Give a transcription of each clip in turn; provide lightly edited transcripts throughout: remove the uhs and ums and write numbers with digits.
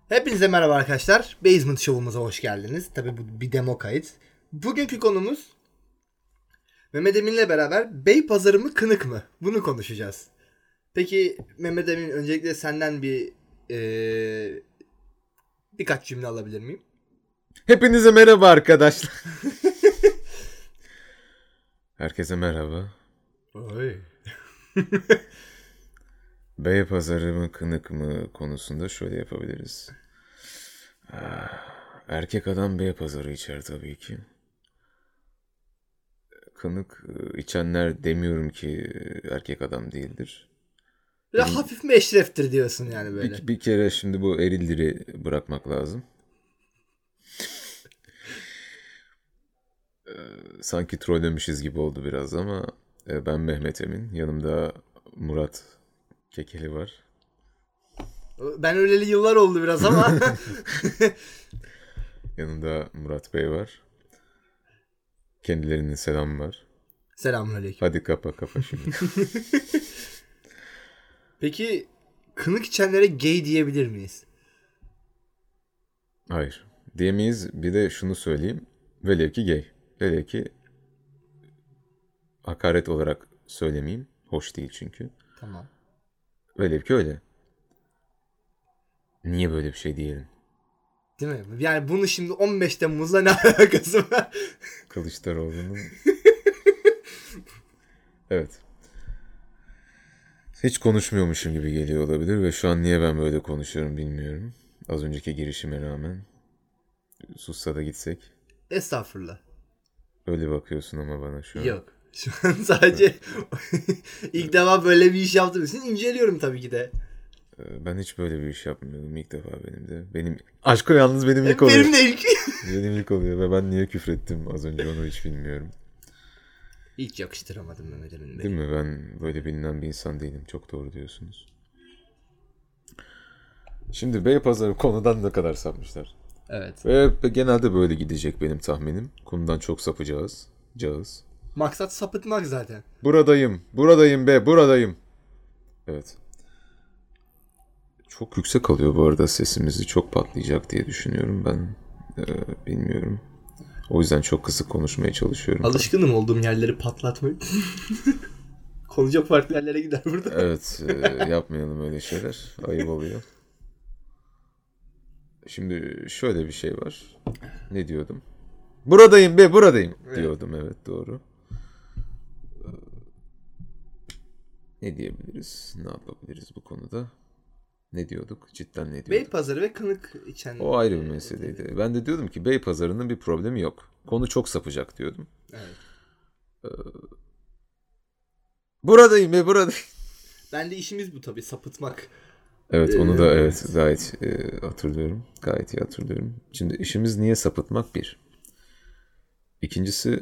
Hepinize merhaba arkadaşlar. Basement Show'umuza hoş geldiniz. Tabii bu bir demo kayıt. Bugünkü konumuz Mehmet Emin'le beraber Beypazarı mı Kınık mı? Bunu konuşacağız. Peki Mehmet Emin, öncelikle senden birkaç cümle alabilir miyim? Hepinize merhaba arkadaşlar. Herkese merhaba. Oy. Beypazarı mı Kınık mı konusunda şöyle yapabiliriz. Erkek adam Beypazarı içer tabii ki. Kınık içenler demiyorum ki erkek adam değildir. Biraz hafif mi eşreftir diyorsun yani böyle. Bir kere şimdi bu erilleri bırakmak lazım. Sanki trollemişiz gibi oldu biraz ama ben Mehmet Emin. Yanımda Murat Kekeli var. Ben öleli yıllar oldu biraz ama. Yanında Murat Bey var. Kendilerinin selamı var. Selamünaleyküm. Hadi kapa şimdi. Peki kınık içenlere gay diyebilir miyiz? Hayır. Diyemeyiz. Bir de şunu söyleyeyim. Velev ki gay. Velev ki hakaret olarak söylemeyeyim. Hoş değil çünkü. Tamam. Velev ki öyle. Niye böyle bir şey diyelim? Değil mi? Yani bunu şimdi 15 Temmuz'la ne alakası var? Kılıçdaroğlu'nun... Evet. Hiç konuşmuyormuşum gibi geliyor olabilir ve şu an niye ben böyle konuşuyorum bilmiyorum. Az önceki girişime rağmen. Sussa da gitsek. Estağfurullah. Öyle bakıyorsun ama bana şu an. Yok. Şu an sadece ilk defa böyle bir iş yaptığım için inceliyorum tabii ki de. Ben hiç böyle bir iş yapmıyordum. İlk defa benim de. Aşko yalnız benim ilk oluyor. Benim de ilk. Benim ilk oluyor ve ben niye küfrettim az önce onu hiç bilmiyorum. Hiç yakıştıramadım Mehmet Emin Bey. Değil mi? Ben böyle bilinen bir insan değilim. Çok doğru diyorsunuz. Şimdi Beypazarı konudan ne kadar sapmışlar. Evet. Ve genelde böyle gidecek benim tahminim. Konudan çok sapacağız. Maksat sapıtmak zaten. Buradayım be, buradayım. Evet. Çok yüksek alıyor bu arada sesimizi. Çok patlayacak diye düşünüyorum ben. Bilmiyorum. O yüzden çok kısık konuşmaya çalışıyorum. Alışkınım olduğum yerleri patlatmayı. Konu çok farklı yerlere gider burada. Evet. Yapmayalım öyle şeyler. Ayıp oluyor. Şimdi şöyle bir şey var. Ne diyordum? Buradayım diyordum. Evet, doğru. Ne diyebiliriz? Ne yapabiliriz bu konuda? Ne diyorduk? Cidden ne diyorduk? Beypazarı ve kınık içen. O ayrı bir meseleydi. Ben de diyordum ki Beypazarı'nın bir problemi yok. Konu çok sapacak diyordum. Evet. Buradayım. Ben de işimiz bu tabii, sapıtmak. Evet, onu da gayet hatırlıyorum. Gayet iyi hatırlıyorum. Şimdi işimiz niye sapıtmak bir. İkincisi,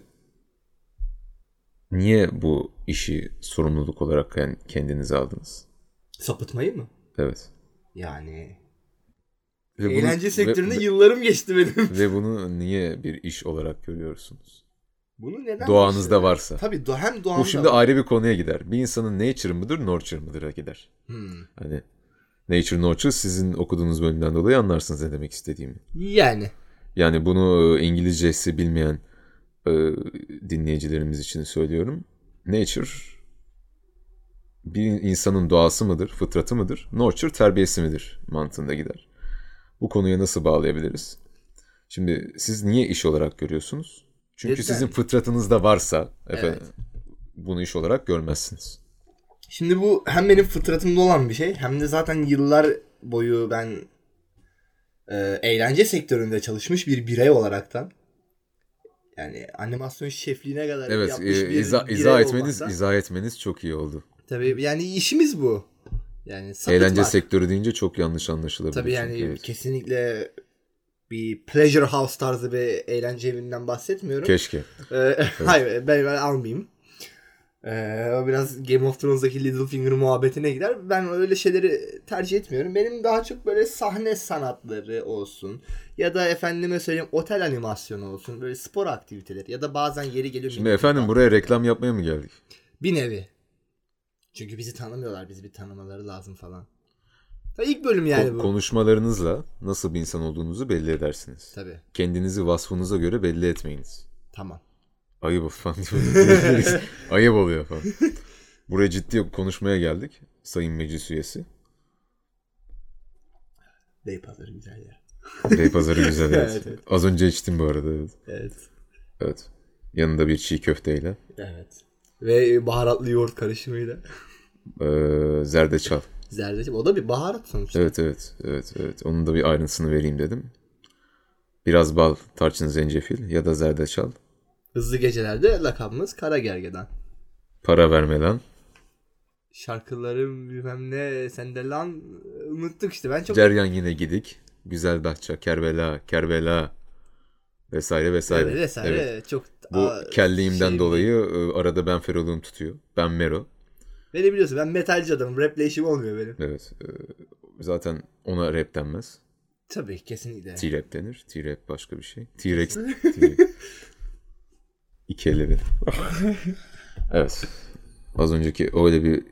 niye bu işi sorumluluk olarak kendinize aldınız? Sapıtmayı mı? Evet. Yani Ve eğlence sektöründe yıllarım geçti benim. Ve bunu niye bir iş olarak görüyorsunuz? Bunu neden? Doğanızda varsa. Tabii hem doğamda bu şimdi var. ayrı bir konuya gider. Bir insanın nature mıdır, nurture mıdır'a gider. Hani nature, nurture sizin okuduğunuz bölümden dolayı anlarsınız ne demek istediğimi. Yani bunu İngilizcesi bilmeyen dinleyicilerimiz için söylüyorum. Nature bir insanın doğası mıdır, fıtratı mıdır? Nurture terbiyesi midir mantığında gider. Bu konuya nasıl bağlayabiliriz? Şimdi siz niye iş olarak görüyorsunuz? Çünkü sizin fıtratınızda varsa bunu iş olarak görmezsiniz. Şimdi bu hem benim fıtratımda olan bir şey, hem de zaten yıllar boyu ben eğlence sektöründe çalışmış bir birey olaraktan, yani animasyon şefliğine kadar yapmış bir birey izah etmeniz çok iyi oldu. Tabii yani işimiz bu. Yani sapıtmak. Eğlence sektörü deyince çok yanlış anlaşılabilir. Tabii yani kesinlikle bir pleasure house tarzı bir eğlence evinden bahsetmiyorum. Keşke. Hayır, ben almayayım. O biraz Game of Thrones'daki Littlefinger muhabbetine gider. Ben öyle şeyleri tercih etmiyorum. Benim daha çok böyle sahne sanatları olsun. Ya da efendime söyleyeyim otel animasyonu olsun. Böyle spor aktiviteleri. Ya da bazen yeri geliyor. Şimdi efendim buraya reklam yapmaya mı geldik? Bir nevi. Çünkü bizi tanımıyorlar. Bizi bir tanımaları lazım falan. İlk bölüm yani bu. Konuşmalarınızla nasıl bir insan olduğunuzu belli edersiniz. Tabii. Kendinizi vasfınıza göre belli etmeyiniz. Tamam. Ayıp falan diyor. Ayıp oluyor falan. Buraya ciddi konuşmaya geldik. Sayın Meclis Üyesi. Beypazarı güzel ya. Beypazarı güzel evet. Evet. Az önce içtim bu arada. Evet. Evet. Evet. Yanında bir çiğ köfteyle. Evet. Ve baharatlı yoğurt karışımıyla. Zerdeçal. Zerdeçal. O da bir baharat sonuçta. Evet. Onun da bir ayrıntısını vereyim dedim. Biraz bal, tarçın, zencefil ya da zerdeçal. Hızlı Gecelerde lakabımız Kara Gergedan. Para vermeden. Şarkılarım bilmem ne sende lan unuttuk işte. Ben çok... Ceryan yine gidik. Güzel Datça, Kerbela vesaire. Evet. Çok bu kelliğimden dolayı arada ben feroluğum tutuyor. Ben Mero. Beni biliyorsun ben metalci adamım. Rap'le işim olmuyor benim. Evet. Zaten ona rap denmez. Tabii kesinlikle. T-rap denir. T-rap başka bir şey. T-rex. İki elle benim. Evet. Az önceki öyle bir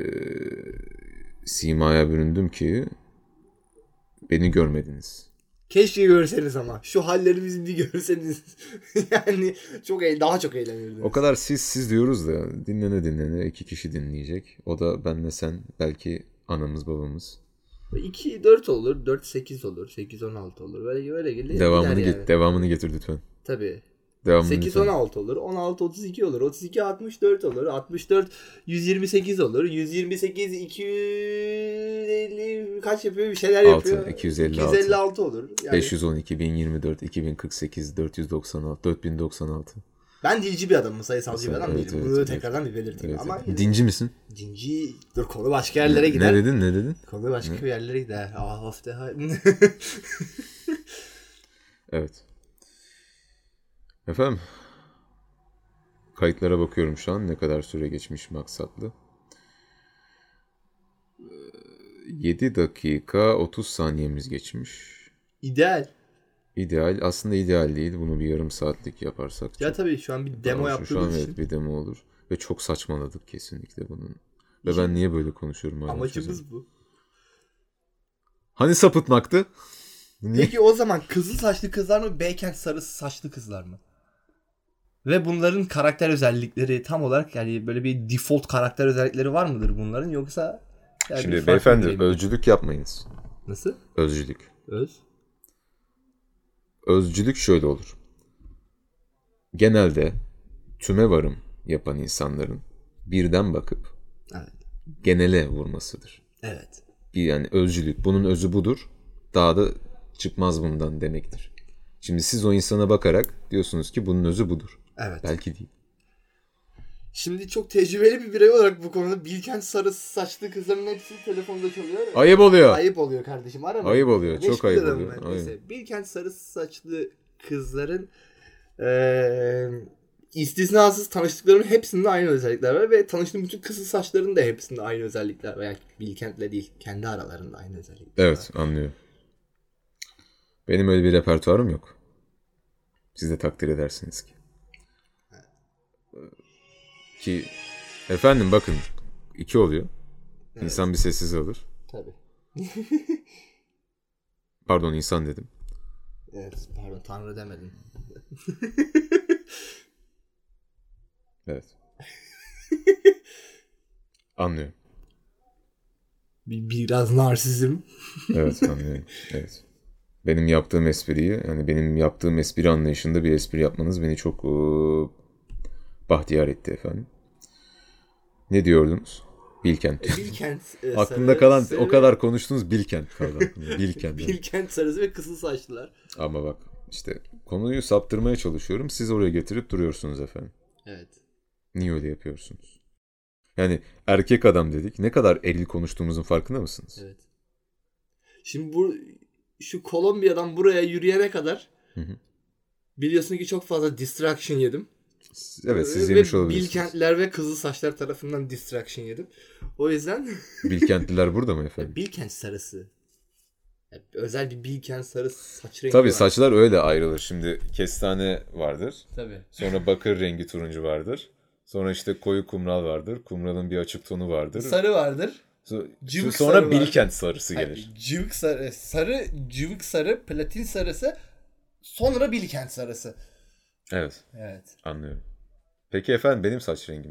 simaya büründüm ki beni görmediniz. Keşke görseniz ama. Şu hallerimizi bir görseniz. Yani çok daha çok eğlenirdiniz. O kadar siz diyoruz da dinlene 2 kişi dinleyecek. O da benle sen, belki anamız babamız. 2-4 olur, 4-8 olur, 8-16 olur. Böyle gelir. Devamını getir lütfen. Tabii. Devamını 8-16 olur, 16-32 olur, 32-64 olur, 64-128 olur, 128 250 kaç yapıyor bir şeyler yapıyor. 256 olur. Yani 512, 1024, 2048, 496, 4096. Ben dilci bir adamım, sayısalcı bir adam değilim. Evet, bunu tekrardan bir belirteyim. Evet, ama dinci misin? Dinci, dur konu başka yerlere gider. Ne dedin? Konu başka yerlere gider. Evet. Efendim, kayıtlara bakıyorum şu an. Ne kadar süre geçmiş maksatlı. 7 dakika 30 saniyemiz geçmiş. İdeal. Aslında ideal değil. Bunu bir yarım saatlik yaparsak. Ya tabii şu an bir demo yaptığımız şu an için. Evet bir demo olur. Ve çok saçmaladık kesinlikle bunun. Ve ben niye böyle konuşuyorum? Amacımız bu. Hani sapıtmaktı? Niye? Peki o zaman kızıl saçlı kızlar mı, Beykent sarı saçlı kızlar mı? Ve bunların karakter özellikleri tam olarak yani böyle bir default karakter özellikleri var mıdır bunların yoksa? Yani şimdi beyefendi özcülük yapmayınız. Nasıl? Özcülük. Öz? Özcülük şöyle olur. Genelde tümevarım yapan insanların birden bakıp genele vurmasıdır. Evet. Yani özcülük, bunun özü budur. Daha da çıkmaz bundan demektir. Şimdi siz o insana bakarak diyorsunuz ki bunun özü budur. Evet. Belki değil. Şimdi çok tecrübeli bir birey olarak bu konuda Bilkent sarı saçlı kızların hepsi telefonda çalıyor. Ayıp oluyor. Ayıp oluyor kardeşim. Arama. Ayıp oluyor. Çok ayıp oluyor. Bilkent sarı saçlı kızların istisnasız tanıştıklarımın hepsinde aynı özellikler var ve tanıştığım bütün kızıl saçların da hepsinde aynı özellikler var. Yani Bilkent'le değil, kendi aralarında aynı özellikler var. Evet, anlıyorum. Benim öyle bir repertuarım yok. Siz de takdir edersiniz ki. Ki efendim bakın 2 oluyor. Evet. İnsan bir sessiz alır. Tabii. Pardon insan dedim. Evet pardon Tanrı demedim. Evet. Anlıyorum. Biraz narsizm. Evet anlıyorum. Evet. Benim yaptığım espriyi yani benim yaptığım espri anlayışında bir espri yapmanız beni çok bahtiyar etti efendim. Ne diyordunuz? Bilkent. Bilkent. Aklımda kalan o kadar konuştunuz Bilkent kaldı aklımda. Bilkent. Bilkent sarısı ve kızıl saçlılar. Ama bak işte konuyu saptırmaya çalışıyorum. Siz oraya getirip duruyorsunuz efendim. Evet. Niye öyle yapıyorsunuz? Yani erkek adam dedik. Ne kadar eril konuştuğumuzun farkında mısınız? Evet. Şimdi şu Kolombiya'dan buraya yürüyene kadar biliyorsun ki çok fazla distraction yedim. Evet siz yemiş olabilirsiniz. Bilkentliler ve kızıl saçlar tarafından distraction yedim. O yüzden... Bilkentliler burada mı efendim? Bilkent sarısı. Özel bir Bilkent sarısı saç rengi Tabii var. Saçlar öyle ayrılır. Şimdi kestane vardır. Tabii. Sonra bakır rengi turuncu vardır. Sonra işte koyu kumral vardır. Kumralın bir açık tonu vardır. Sarı vardır. Cıvık Sonra sarı var. Bilkent sarısı gelir. Hayır, cıvık sarı, platin sarısı, sonra Bilkent sarısı. Evet. Evet. Anlıyorum. Peki efendim benim saç rengim?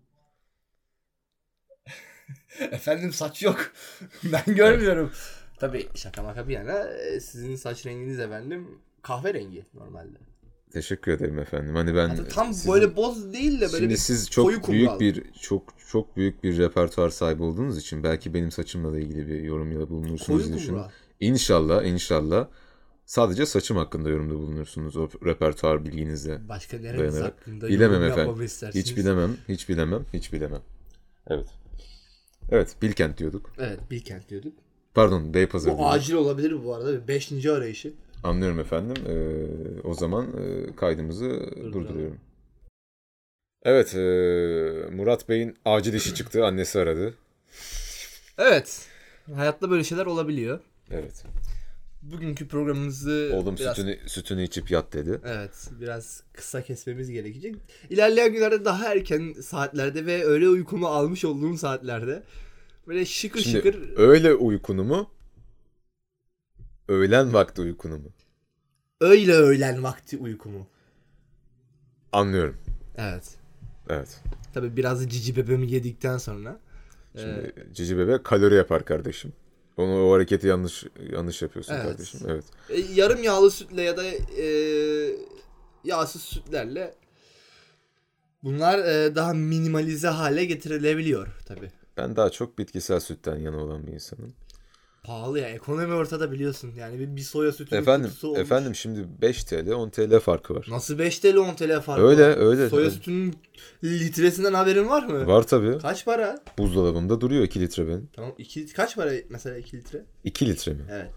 Efendim saç yok. Ben görmüyorum. Tabii şaka maka bir yana sizin saç renginiz efendim kahverengi normalde. Teşekkür ederim efendim. Hani ben Hatta tam böyle boz değil de böyle şimdi bir siz koyu çok kumral. çok büyük bir repertuar sahibi olduğunuz için belki benim saçımla da ilgili bir yorumda bulunursunuz Koyu diye düşünüyorum. kumral. İnşallah sadece saçım hakkında yorumda bulunursunuz o repertuar bilginizle. Başka nereniz dayanarak. hakkında Bilemem yorum efendim. yapmamı istersiniz? Hiç bilemem. Evet. Evet, Bilkent diyorduk. Evet, Bilkent diyorduk. Pardon, Beypazarı Bu diyorduk. acil olabilir bu arada. 5. arayışı. Anlıyorum efendim. O zaman kaydımızı durduruyorum. Evet, Murat Bey'in acil işi çıktı. Annesi aradı. Evet. Hayatta böyle şeyler olabiliyor. Evet. Bugünkü programımızı Oğlum biraz... sütünü içip yat dedi. Evet, biraz kısa kesmemiz gerekecek. İlerleyen günlerde daha erken saatlerde ve öğle uykumu almış olduğum saatlerde böyle şıkır Şimdi şıkır... öğle uykunu mu? Öğlen vakti uykunu mu? Öyle öğlen vakti uykumu. Anlıyorum. Evet. Evet. Tabii biraz cici bebeğimi yedikten sonra. Şimdi cici bebe kalori yapar kardeşim. O hareketi yanlış yapıyorsun Evet. kardeşim. Evet. Yarım yağlı sütle ya da yağsız sütlerle bunlar daha minimalize hale getirilebiliyor tabii. Ben daha çok bitkisel sütten yana olan bir insanım. Pahalı ya. Ekonomi ortada biliyorsun. Yani bir soya sütünün kutusu olmuş. Efendim şimdi 5 TL 10 TL farkı var. Nasıl 5 TL 10 TL farkı Öyle, var? öyle. Soya Öyle. sütünün litresinden haberin var mı? Var tabii. Kaç para? Buzdolabımda duruyor 2 litre benim. Tamam. Kaç para mesela 2 litre? 2 litre mi? Evet.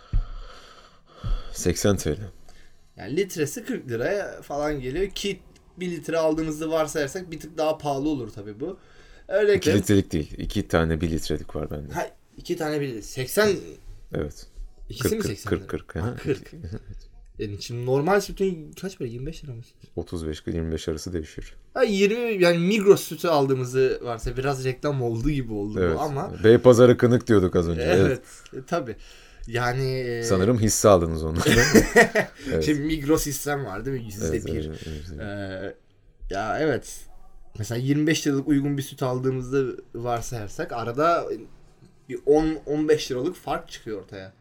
80 TL. Yani litresi 40 liraya falan geliyor ki 1 litre aldığımızı varsayarsak bir tık daha pahalı olur tabii bu. 2 Örneğin litrelik değil. 2 tane 1 litrelik var bende. ha 2 tane 1 litre. 80 Evet. İkisi mi 80 lira? 40. Ha, 40. Yani şimdi normal sütün kaç para? 25 lira mı? 35-25 arası değişir. Ha 20 yani Migros sütü aldığımızı varsa biraz reklam olduğu gibi oldu Evet. bu ama. Beypazarı kınık diyorduk az önce. Evet. Tabii. Yani Sanırım hisse aldınız onu. Evet. Şimdi Migros sistem var değil mi? Evet, %1. evet. Ya evet. Mesela 25 liralık uygun bir süt aldığımızda varsayarsak arada bir 10-15 liralık fark çıkıyor ortaya.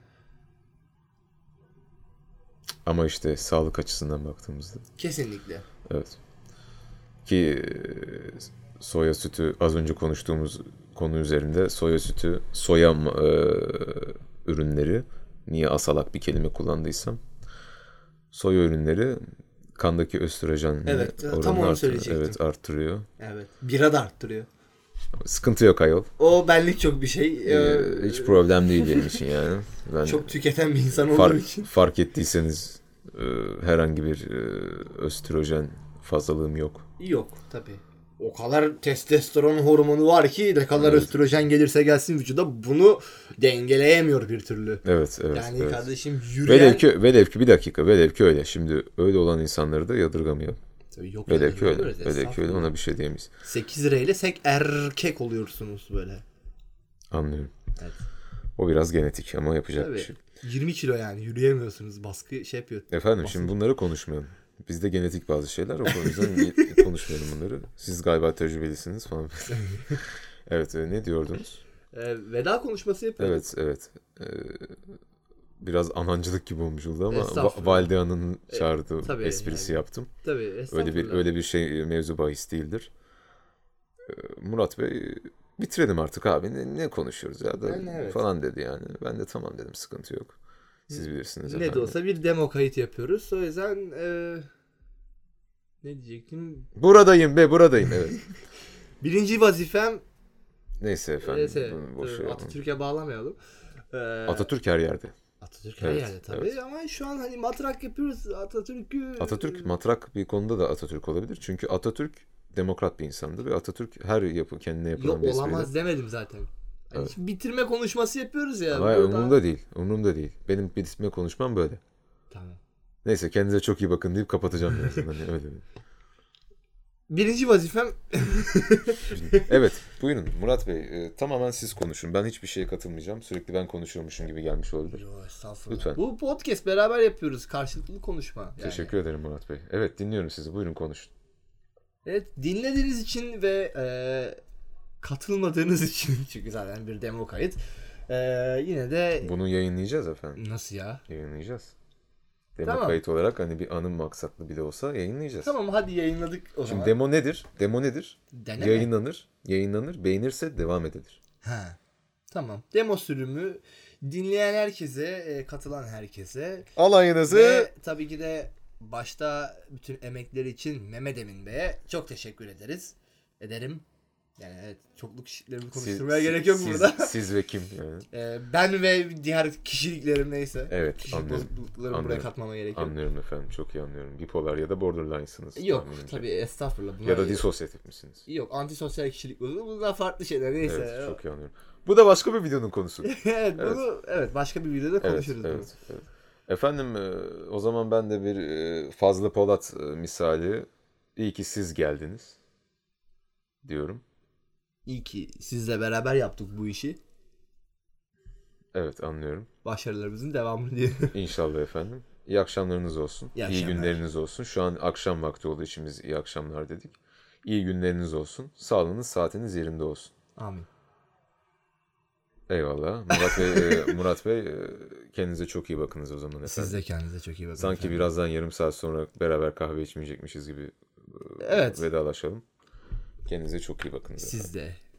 Ama işte sağlık açısından baktığımızda. Kesinlikle. Evet. Ki soya sütü az önce konuştuğumuz konu üzerinde soya ürünleri, niye asalak bir kelime kullandıysam, soya ürünleri kandaki östrojen Evet, tam oranını onu söyleyecektim. Evet, arttırıyor. Evet. Bira da arttırıyor. Sıkıntı yok ayol. O benlik çok bir şey. Hiç problem değil benim için yani. Ben Çok tüketen bir insan olduğum için. fark ettiyseniz herhangi bir östrojen fazlalığım yok. Yok tabii. O kadar testosteron hormonu var ki ne kadar Evet. östrojen gelirse gelsin vücuda bunu dengeleyemiyor bir türlü. Evet. Yani evet. kardeşim yürüyen... Velev ki bir dakika. Velev ki öyle. Şimdi öyle olan insanları da yadırgamayalım. Tabii yok Velev yani, ki öyle. yok öyle, Velev ki öyle, ona bir şey diyemeyiz. 8 lirayla erkek oluyorsunuz böyle. Anlıyorum. Evet. O biraz genetik ama yapacak Tabii. bir şey. 20 kilo yani yürüyemiyorsunuz. Baskı şey yapıyor. Efendim Basın. şimdi bunları konuşmayalım. Bizde genetik bazı şeyler. O yüzden konuşmayalım bunları. Siz galiba tecrübelisiniz falan. Evet, ne diyordunuz? Veda konuşması yapıyorduk. Evet. Biraz anancılık gibi olmuş oldu ama Estağfurullah. Valide Hanım'ın çağırdığı Tabii esprisi yani. yaptım. Tabii estağfurullah. Öyle bir şey mevzu bahis değildir. Murat Bey bitirelim artık abi. Ne konuşuyoruz ya da Yani evet. falan dedi yani. Ben de tamam dedim, sıkıntı yok. Siz bilirsiniz efendim. Ne de olsa bir demo kayıt yapıyoruz. O yüzden ne diyecektim? Buradayım evet. Birinci vazifem Neyse efendim. Boş ver. Atatürk'e bağlamayalım. Atatürk her yerde. Atatürk her Evet, yerde tabii evet. ama şu an hani matrak yapıyoruz Atatürk matrak bir konuda da Atatürk olabilir. Çünkü Atatürk demokrat bir insandı ve Atatürk her kendine yapılan Yok bir espriyle. olamaz demedim zaten. Hani Evet. şimdi bitirme konuşması yapıyoruz ya. Ama burada- umurumda değil. Benim bitirme konuşmam böyle. Tamam. Neyse, kendinize çok iyi bakın deyip kapatacağım birazdan. Hani öyle. birinci vazifem Evet, buyurun Murat Bey. Tamamen siz konuşun. Ben hiçbir şeye katılmayacağım. Sürekli ben konuşuyormuşum gibi gelmiş olabilir. Yo, estağfurullah. Lütfen. Bu podcast beraber yapıyoruz. Karşılıklı konuşma. Yani. Teşekkür ederim Murat Bey. Evet, dinliyorum sizi. Buyurun konuşun. Evet, dinlediğiniz için ve katılmadığınız için çünkü zaten bir demo kayıt. Yine de Bunu yayınlayacağız efendim. nasıl ya? Yayınlayacağız. Demo Tamam. kayıt olarak hani bir anım maksatlı bile olsa yayınlayacağız. Tamam, hadi yayınladık o Şimdi zaman. demo nedir? Demo nedir? Deneme. Yayınlanır. Beğenirse devam edilir. Ha. Tamam. Demo sürümü dinleyen herkese, katılan herkese Alayınızı ve tabii ki de başta bütün emekleri için Mehmet Emin Bey'e çok teşekkür ederim. Yani evet, çokluk kişiliklerimi konuşturmaya gerek yok burada. Siz ve kim yani? Ben ve diğer kişiliklerim neyse. Evet, Kişilik anlıyorum. bozukluklarımı buraya katmama gerek yok. Anlıyorum efendim. Çok iyi anlıyorum. Bipolar ya da borderline'sınız. Yok tahminimce. tabii, estağfurullah. Bunlar Ya da disosyatif misiniz? yok, antisosyal kişilik bozukluğu. Bunlar farklı şeyler, neyse. Evet, çok iyi anlıyorum. Bu da başka bir videonun konusu. Evet, bunu başka bir videoda konuşuruz. Evet. Efendim o zaman ben de bir Fazlı Polat misali iyi ki siz geldiniz diyorum. İyi ki sizle beraber yaptık bu işi. Evet, anlıyorum. Başarılarımızın devamını dilerim. İnşallah efendim. İyi akşamlarınız olsun. İyi İyi akşamlar. günleriniz olsun. Şu an akşam vakti olduğu için biz iyi akşamlar dedik. İyi günleriniz olsun. Sağlığınız, saatiniz yerinde olsun. Amin. Eyvallah. Murat Bey kendinize çok iyi bakınız o zaman efendim. Siz de kendinize çok iyi bakın. Sanki efendim. birazdan yarım saat sonra beraber kahve içmeyecekmişiz gibi Evet. vedalaşalım. Kendinize çok iyi bakınız efendim. Siz de.